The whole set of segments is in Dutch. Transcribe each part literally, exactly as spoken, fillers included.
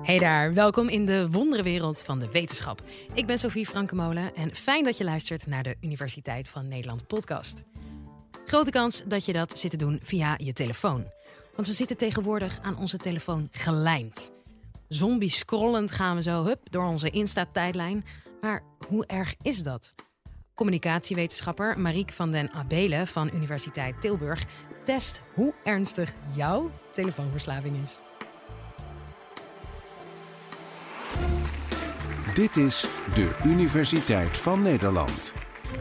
Hey daar, welkom in de wonderenwereld van de wetenschap. Ik ben Sophie Frankemolen en fijn dat je luistert naar de Universiteit van Nederland podcast. Grote kans dat je dat zit te doen via je telefoon. Want we zitten tegenwoordig aan onze telefoon gelijmd. Zombie scrollend gaan we zo hup door onze Insta-tijdlijn. Maar hoe erg is dat? Communicatiewetenschapper Marieke van den Abelen van Universiteit Tilburg test hoe ernstig jouw telefoonverslaving is. Dit is de Universiteit van Nederland.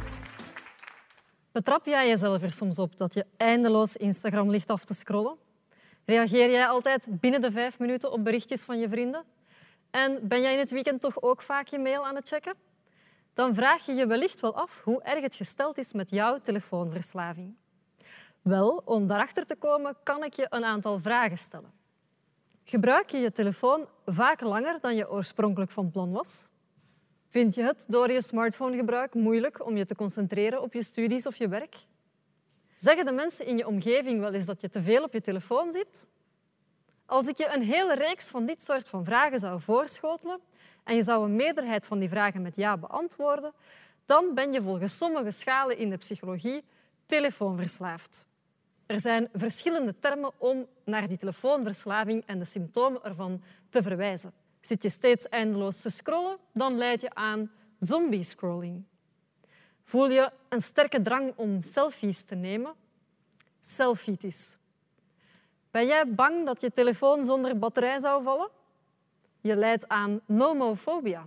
Betrap jij jezelf er soms op dat je eindeloos Instagram ligt af te scrollen? Reageer jij altijd binnen de vijf minuten op berichtjes van je vrienden? En ben jij in het weekend toch ook vaak je mail aan het checken? Dan vraag je je wellicht wel af hoe erg het gesteld is met jouw telefoonverslaving. Wel, om daarachter te komen kan ik je een aantal vragen stellen. Gebruik je je telefoon vaak langer dan je oorspronkelijk van plan was? Vind je het door je smartphonegebruik moeilijk om je te concentreren op je studies of je werk? Zeggen de mensen in je omgeving wel eens dat je te veel op je telefoon zit? Als ik je een hele reeks van dit soort van vragen zou voorschotelen en je zou een meerderheid van die vragen met ja beantwoorden, dan ben je volgens sommige schalen in de psychologie telefoonverslaafd. Er zijn verschillende termen om naar die telefoonverslaving en de symptomen ervan te verwijzen. Zit je steeds eindeloos te scrollen, dan leid je aan zombie-scrolling. Voel je een sterke drang om selfies te nemen? Selfietis. Ben jij bang dat je telefoon zonder batterij zou vallen? Je lijdt aan nomofobia.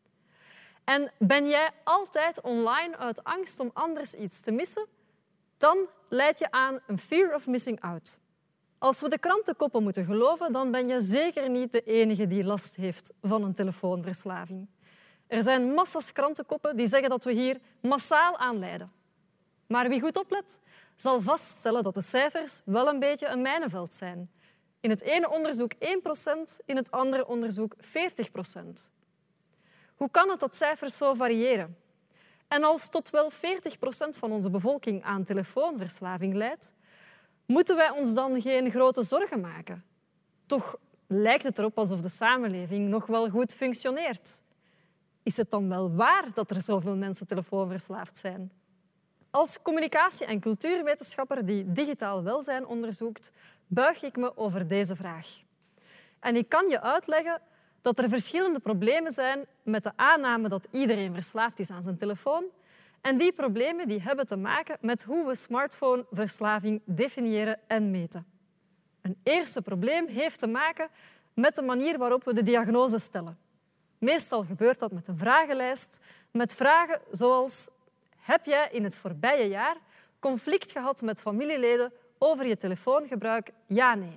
En ben jij altijd online uit angst om anders iets te missen? Dan leid je aan een fear of missing out. Als we de krantenkoppen moeten geloven, dan ben je zeker niet de enige die last heeft van een telefoonverslaving. Er zijn massa's krantenkoppen die zeggen dat we hier massaal aan lijden. Maar wie goed oplet, zal vaststellen dat de cijfers wel een beetje een mijnenveld zijn. In het ene onderzoek één procent, in het andere onderzoek veertig procent. Hoe kan het dat cijfers zo variëren? En als tot wel veertig procent van onze bevolking aan telefoonverslaving lijdt, moeten wij ons dan geen grote zorgen maken? Toch lijkt het erop alsof de samenleving nog wel goed functioneert. Is het dan wel waar dat er zoveel mensen telefoonverslaafd zijn? Als communicatie- en cultuurwetenschapper die digitaal welzijn onderzoekt, buig ik me over deze vraag. En ik kan je uitleggen dat er verschillende problemen zijn met de aanname dat iedereen verslaafd is aan zijn telefoon. En die problemen die hebben te maken met hoe we smartphoneverslaving definiëren en meten. Een eerste probleem heeft te maken met de manier waarop we de diagnose stellen. Meestal gebeurt dat met een vragenlijst, met vragen zoals: heb jij in het voorbije jaar conflict gehad met familieleden over je telefoongebruik? Ja, nee.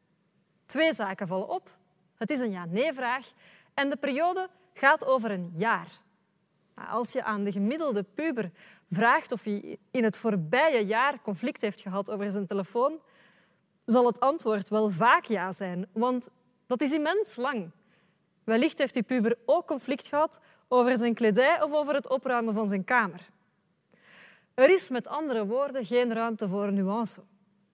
Twee zaken vallen op. Het is een ja-nee-vraag en de periode gaat over een jaar. Als je aan de gemiddelde puber vraagt of hij in het voorbije jaar conflict heeft gehad over zijn telefoon, zal het antwoord wel vaak ja zijn, want dat is immens lang. Wellicht heeft die puber ook conflict gehad over zijn kledij of over het opruimen van zijn kamer. Er is met andere woorden geen ruimte voor nuance.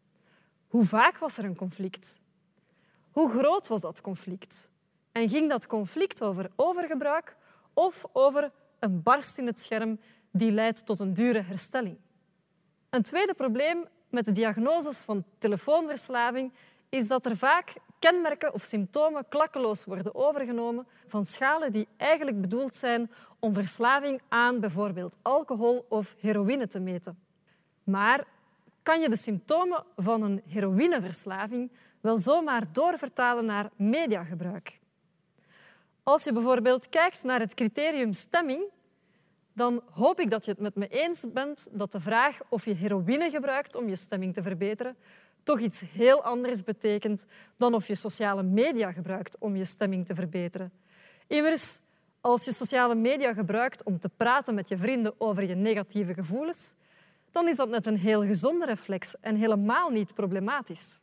Hoe vaak was er een conflict? Hoe groot was dat conflict? En ging dat conflict over overgebruik of over een barst in het scherm die leidt tot een dure herstelling? Een tweede probleem met de diagnoses van telefoonverslaving is dat er vaak kenmerken of symptomen klakkeloos worden overgenomen van schalen die eigenlijk bedoeld zijn om verslaving aan bijvoorbeeld alcohol of heroïne te meten. Maar kan je de symptomen van een heroïneverslaving wel zomaar doorvertalen naar mediagebruik? Als je bijvoorbeeld kijkt naar het criterium stemming, dan hoop ik dat je het met me eens bent dat de vraag of je heroïne gebruikt om je stemming te verbeteren toch iets heel anders betekent dan of je sociale media gebruikt om je stemming te verbeteren. Immers, als je sociale media gebruikt om te praten met je vrienden over je negatieve gevoelens, dan is dat net een heel gezonde reflex en helemaal niet problematisch.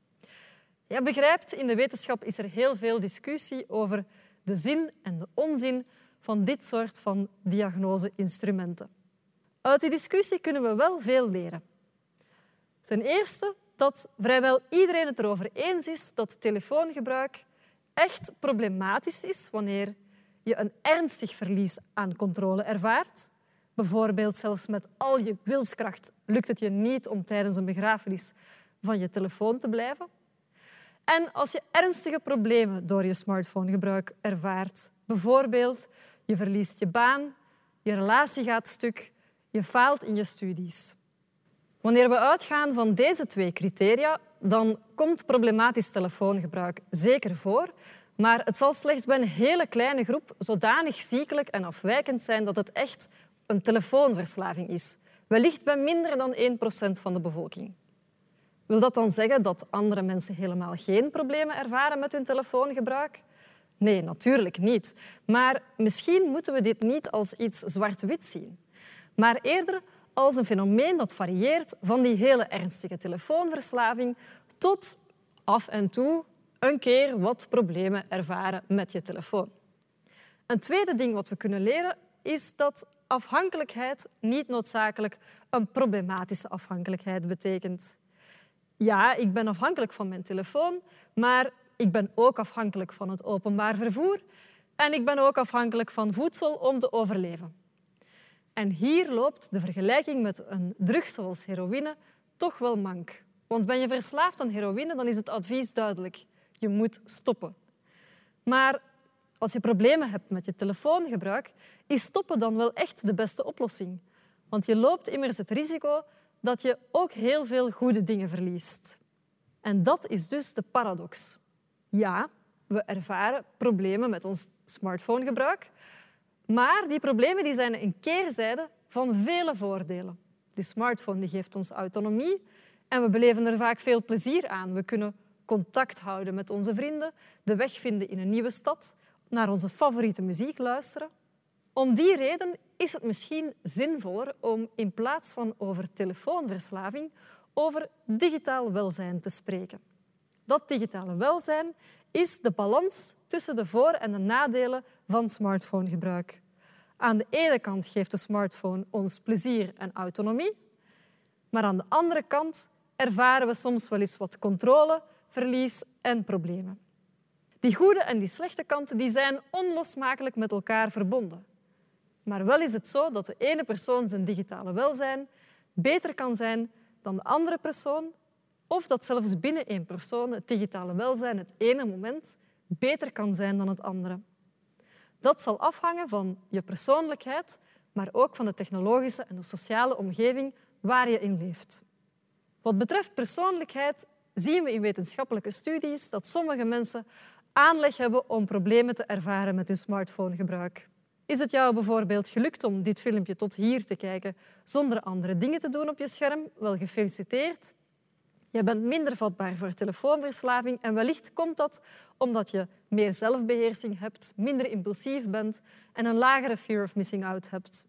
Je begrijpt, in de wetenschap is er heel veel discussie over de zin en de onzin van dit soort van diagnose-instrumenten. Uit die discussie kunnen we wel veel leren. Ten eerste dat vrijwel iedereen het erover eens is dat telefoongebruik echt problematisch is wanneer je een ernstig verlies aan controle ervaart. Bijvoorbeeld zelfs met al je wilskracht lukt het je niet om tijdens een begrafenis van je telefoon te blijven. En als je ernstige problemen door je smartphonegebruik ervaart, bijvoorbeeld je verliest je baan, je relatie gaat stuk, je faalt in je studies. Wanneer we uitgaan van deze twee criteria, dan komt problematisch telefoongebruik zeker voor, maar het zal slechts bij een hele kleine groep zodanig ziekelijk en afwijkend zijn dat het echt een telefoonverslaving is. Wellicht bij minder dan één procent van de bevolking. Wil dat dan zeggen dat andere mensen helemaal geen problemen ervaren met hun telefoongebruik? Nee, natuurlijk niet. Maar misschien moeten we dit niet als iets zwart-wit zien, maar eerder als een fenomeen dat varieert van die hele ernstige telefoonverslaving tot af en toe een keer wat problemen ervaren met je telefoon. Een tweede ding wat we kunnen leren is dat afhankelijkheid niet noodzakelijk een problematische afhankelijkheid betekent. Ja, ik ben afhankelijk van mijn telefoon, maar ik ben ook afhankelijk van het openbaar vervoer en ik ben ook afhankelijk van voedsel om te overleven. En hier loopt de vergelijking met een drug zoals heroïne toch wel mank. Want ben je verslaafd aan heroïne, dan is het advies duidelijk. Je moet stoppen. Maar als je problemen hebt met je telefoongebruik, is stoppen dan wel echt de beste oplossing. Want je loopt immers het risico dat je ook heel veel goede dingen verliest. En dat is dus de paradox. Ja, we ervaren problemen met ons smartphonegebruik, maar die problemen die zijn een keerzijde van vele voordelen. De smartphone die geeft ons autonomie en we beleven er vaak veel plezier aan. We kunnen contact houden met onze vrienden, de weg vinden in een nieuwe stad, naar onze favoriete muziek luisteren. Om die reden is het misschien zinvoller om in plaats van over telefoonverslaving over digitaal welzijn te spreken. Dat digitale welzijn is de balans tussen de voor- en de nadelen van smartphonegebruik. Aan de ene kant geeft de smartphone ons plezier en autonomie, maar aan de andere kant ervaren we soms wel eens wat controle, verlies en problemen. Die goede en die slechte kanten die zijn onlosmakelijk met elkaar verbonden. Maar wel is het zo dat de ene persoon zijn digitale welzijn beter kan zijn dan de andere persoon, of dat zelfs binnen één persoon het digitale welzijn het ene moment beter kan zijn dan het andere. Dat zal afhangen van je persoonlijkheid, maar ook van de technologische en de sociale omgeving waar je in leeft. Wat betreft persoonlijkheid zien we in wetenschappelijke studies dat sommige mensen aanleg hebben om problemen te ervaren met hun smartphonegebruik. Is het jou bijvoorbeeld gelukt om dit filmpje tot hier te kijken zonder andere dingen te doen op je scherm? Wel, gefeliciteerd. Je bent minder vatbaar voor telefoonverslaving en wellicht komt dat omdat je meer zelfbeheersing hebt, minder impulsief bent en een lagere fear of missing out hebt.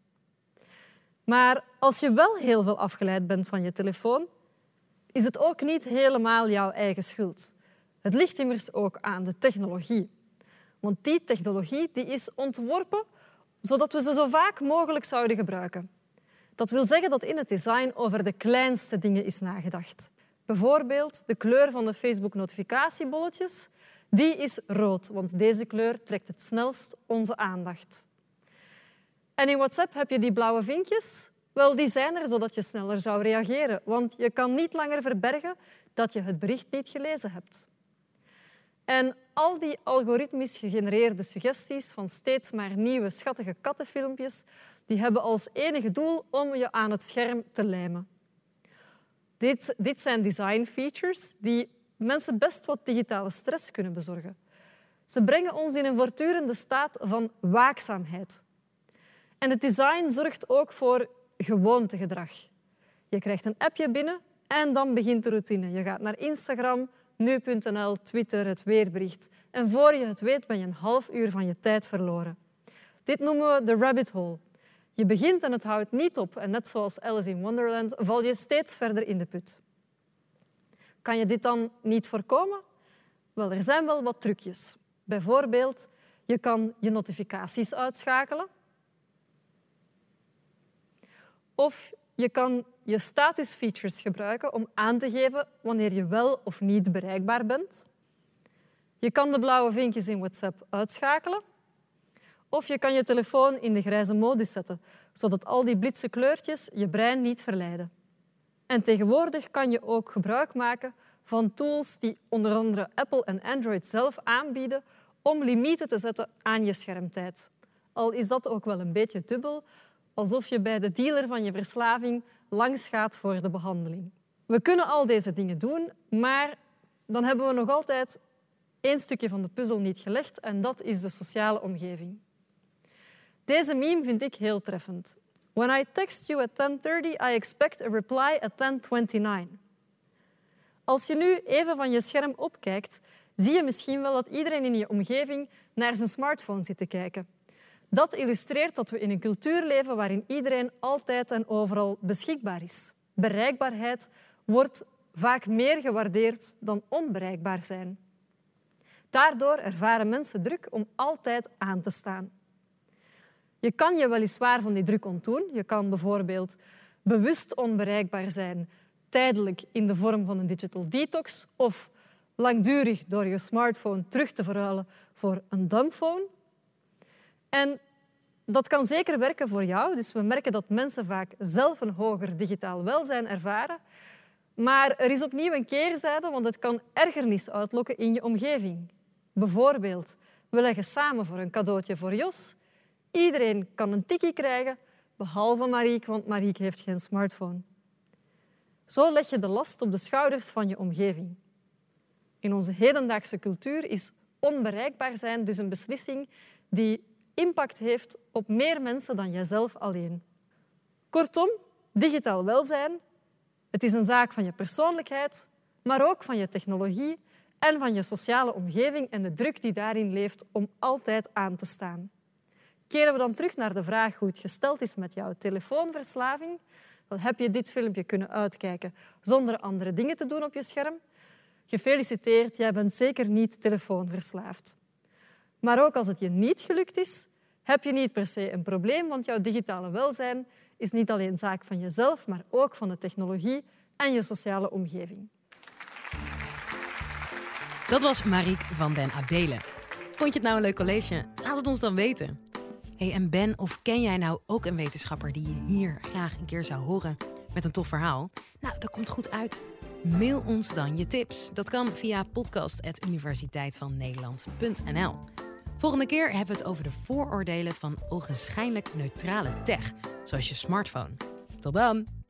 Maar als je wel heel veel afgeleid bent van je telefoon, is het ook niet helemaal jouw eigen schuld. Het ligt immers ook aan de technologie. Want die technologie die is ontworpen zodat we ze zo vaak mogelijk zouden gebruiken. Dat wil zeggen dat in het design over de kleinste dingen is nagedacht. Bijvoorbeeld de kleur van de Facebook-notificatiebolletjes, die is rood, want deze kleur trekt het snelst onze aandacht. En in WhatsApp heb je die blauwe vinkjes. Wel, die zijn er zodat je sneller zou reageren, want je kan niet langer verbergen dat je het bericht niet gelezen hebt. En al die algoritmisch gegenereerde suggesties van steeds maar nieuwe schattige kattenfilmpjes, die hebben als enige doel om je aan het scherm te lijmen. Dit, dit zijn design features die mensen best wat digitale stress kunnen bezorgen. Ze brengen ons in een voortdurende staat van waakzaamheid. En het design zorgt ook voor gewoontegedrag. Je krijgt een appje binnen en dan begint de routine. Je gaat naar Instagram, nu punt n l, Twitter, het weerbericht. En voor je het weet ben je een half uur van je tijd verloren. Dit noemen we de rabbit hole. Je begint en het houdt niet op. En net zoals Alice in Wonderland val je steeds verder in de put. Kan je dit dan niet voorkomen? Wel, er zijn wel wat trucjes. Bijvoorbeeld, je kan je notificaties uitschakelen. Of je kan je statusfeatures gebruiken om aan te geven wanneer je wel of niet bereikbaar bent. Je kan de blauwe vinkjes in WhatsApp uitschakelen. Of je kan je telefoon in de grijze modus zetten, zodat al die blitse kleurtjes je brein niet verleiden. En tegenwoordig kan je ook gebruik maken van tools die onder andere Apple en Android zelf aanbieden om limieten te zetten aan je schermtijd. Al is dat ook wel een beetje dubbel, alsof je bij de dealer van je verslaving langs gaat voor de behandeling. We kunnen al deze dingen doen, maar dan hebben we nog altijd één stukje van de puzzel niet gelegd en dat is de sociale omgeving. Deze meme vind ik heel treffend. When I text you at ten thirty, I expect a reply at ten twenty-nine. Als je nu even van je scherm opkijkt, zie je misschien wel dat iedereen in je omgeving naar zijn smartphone zit te kijken. Dat illustreert dat we in een cultuur leven waarin iedereen altijd en overal beschikbaar is. Bereikbaarheid wordt vaak meer gewaardeerd dan onbereikbaar zijn. Daardoor ervaren mensen druk om altijd aan te staan. Je kan je weliswaar van die druk ontdoen. Je kan bijvoorbeeld bewust onbereikbaar zijn, tijdelijk in de vorm van een digital detox of langdurig door je smartphone terug te verruilen voor een dumbphone. En dat kan zeker werken voor jou. Dus we merken dat mensen vaak zelf een hoger digitaal welzijn ervaren. Maar er is opnieuw een keerzijde, want het kan ergernis uitlokken in je omgeving. Bijvoorbeeld, we leggen samen voor een cadeautje voor Jos. Iedereen kan een tikkie krijgen, behalve Marieke, want Marieke heeft geen smartphone. Zo leg je de last op de schouders van je omgeving. In onze hedendaagse cultuur is onbereikbaar zijn dus een beslissing die impact heeft op meer mensen dan jijzelf alleen. Kortom, digitaal welzijn, het is een zaak van je persoonlijkheid, maar ook van je technologie en van je sociale omgeving en de druk die daarin leeft om altijd aan te staan. Keren we dan terug naar de vraag hoe het gesteld is met jouw telefoonverslaving? Wel, heb je dit filmpje kunnen uitkijken zonder andere dingen te doen op je scherm? Gefeliciteerd, jij bent zeker niet telefoonverslaafd. Maar ook als het je niet gelukt is, heb je niet per se een probleem, want jouw digitale welzijn is niet alleen zaak van jezelf, maar ook van de technologie en je sociale omgeving. Dat was Marieke van den Abelen. Vond je het nou een leuk college? Laat het ons dan weten. Hey, en ben of ken jij nou ook een wetenschapper die je hier graag een keer zou horen met een tof verhaal? Nou, dat komt goed uit. Mail ons dan je tips. Dat kan via podcast apenstaartje universiteit van nederland punt n l. Volgende keer hebben we het over de vooroordelen van ogenschijnlijk neutrale tech, zoals je smartphone. Tot dan!